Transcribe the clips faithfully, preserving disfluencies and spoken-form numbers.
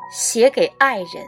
写给爱人。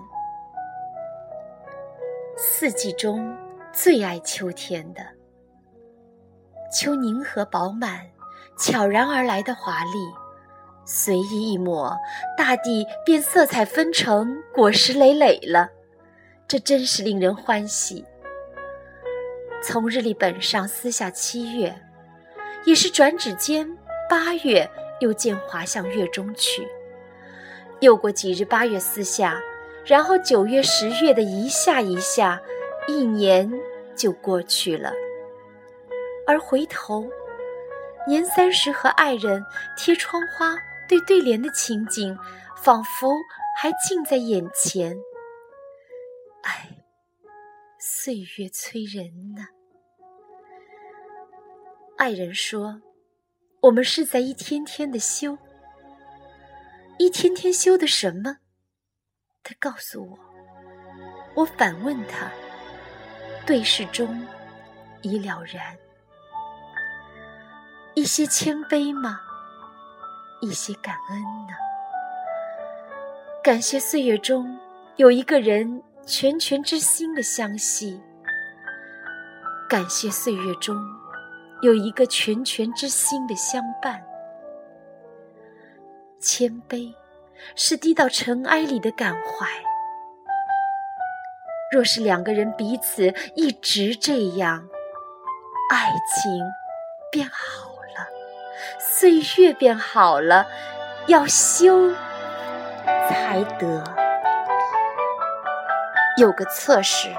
四季中最爱秋天的，秋凝和饱满，悄然而来的华丽，随意一抹，大地便色彩纷呈，果实累累了，这真是令人欢喜。从日历本上撕下七月，也是转指间八月又渐滑向月中去。又过几日八月四下，然后九月十月的一下一下，一年就过去了。而回头年三十和爱人贴窗花对对联的情景，仿佛还近在眼前。唉，岁月催人呢。爱人说，我们是在一天天的修。一天天修的什么？他告诉我。我反问他，对视中已了然。一些谦卑吗？一些感恩呢？感谢岁月中有一个人拳拳之心的相系，感谢岁月中有一个拳拳之心的相伴。谦卑是低到尘埃里的感怀。若是两个人彼此一直这样，爱情变好了，岁月变好了，要修才得。有个测试，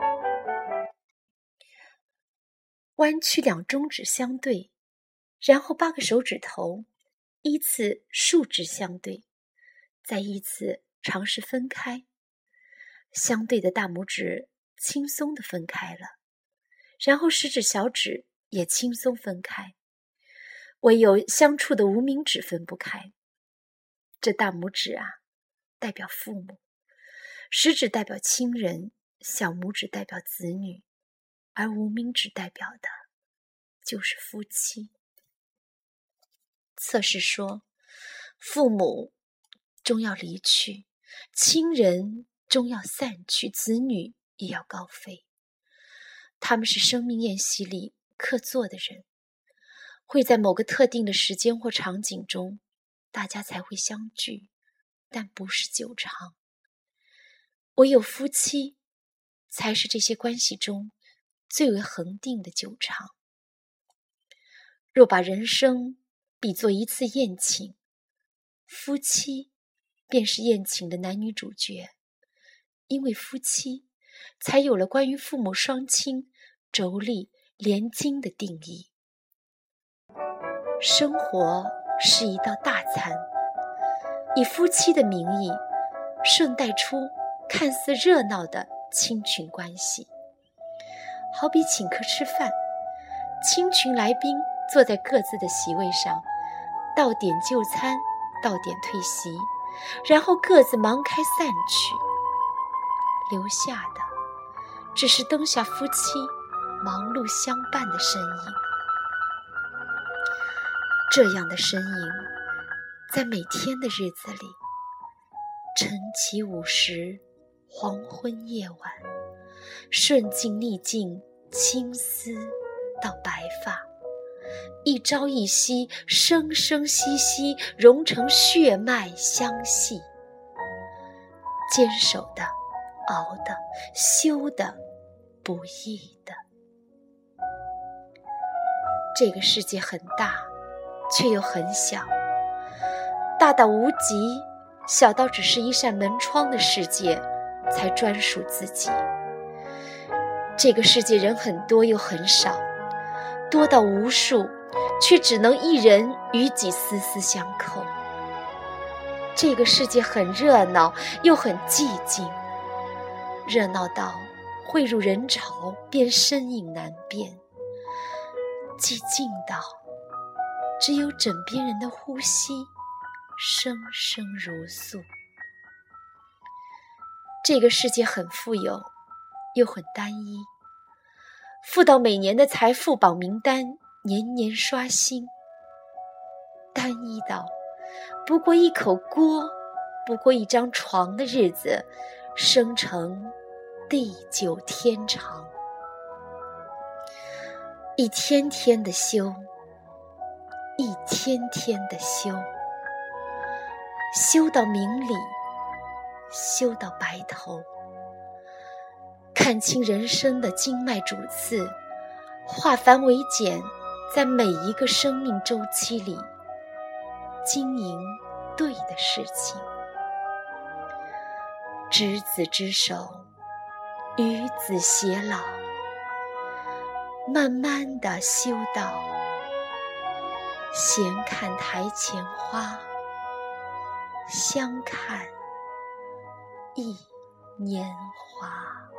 弯曲两中指相对，然后八个手指头依次竖指相对，再依次尝试分开。相对的大拇指轻松地分开了，然后食指小指也轻松分开，唯有相触的无名指分不开。这大拇指啊，代表父母，食指代表亲人，小拇指代表子女，而无名指代表的就是夫妻。测试说，父母终要离去，亲人终要散去，子女也要高飞。他们是生命宴席里客座的人，会在某个特定的时间或场景中，大家才会相聚，但不是久长。唯有夫妻，才是这些关系中最为恒定的久长。若把人生比作一次宴请，夫妻便是宴请的男女主角，因为夫妻才有了关于父母双亲妯娌连襟的定义。生活是一道大餐，以夫妻的名义顺带出看似热闹的亲群关系。好比请客吃饭，亲群来宾坐在各自的席位上，到点就餐，到点退席，然后各自忙开散去，留下的只是灯下夫妻忙碌相伴的身影。这样的身影，在每天的日子里，晨起午时，黄昏夜晚，顺境逆境，青丝到白发，一朝一夕，生生息息，融成血脉相系。坚守的，熬的，修的，不易的。这个世界很大，却又很小，大到无极，小到只是一扇门窗的世界才专属自己。这个世界人很多又很少，多到无数，却只能一人与己丝丝相扣。这个世界很热闹又很寂静，热闹到汇入人潮便身影难辨，寂静到只有枕边人的呼吸声声如诉。这个世界很富有又很单一，富到每年的财富榜名单年年刷新，单一到不过一口锅不过一张床的日子，生成地久天长。一天天的修，一天天的修，修到明理，修到白头，看清人生的经脉主次，化繁为简，在每一个生命周期里经营对的事情。执子之手，与子偕老，慢慢地修到闲看台前花，相看一年华。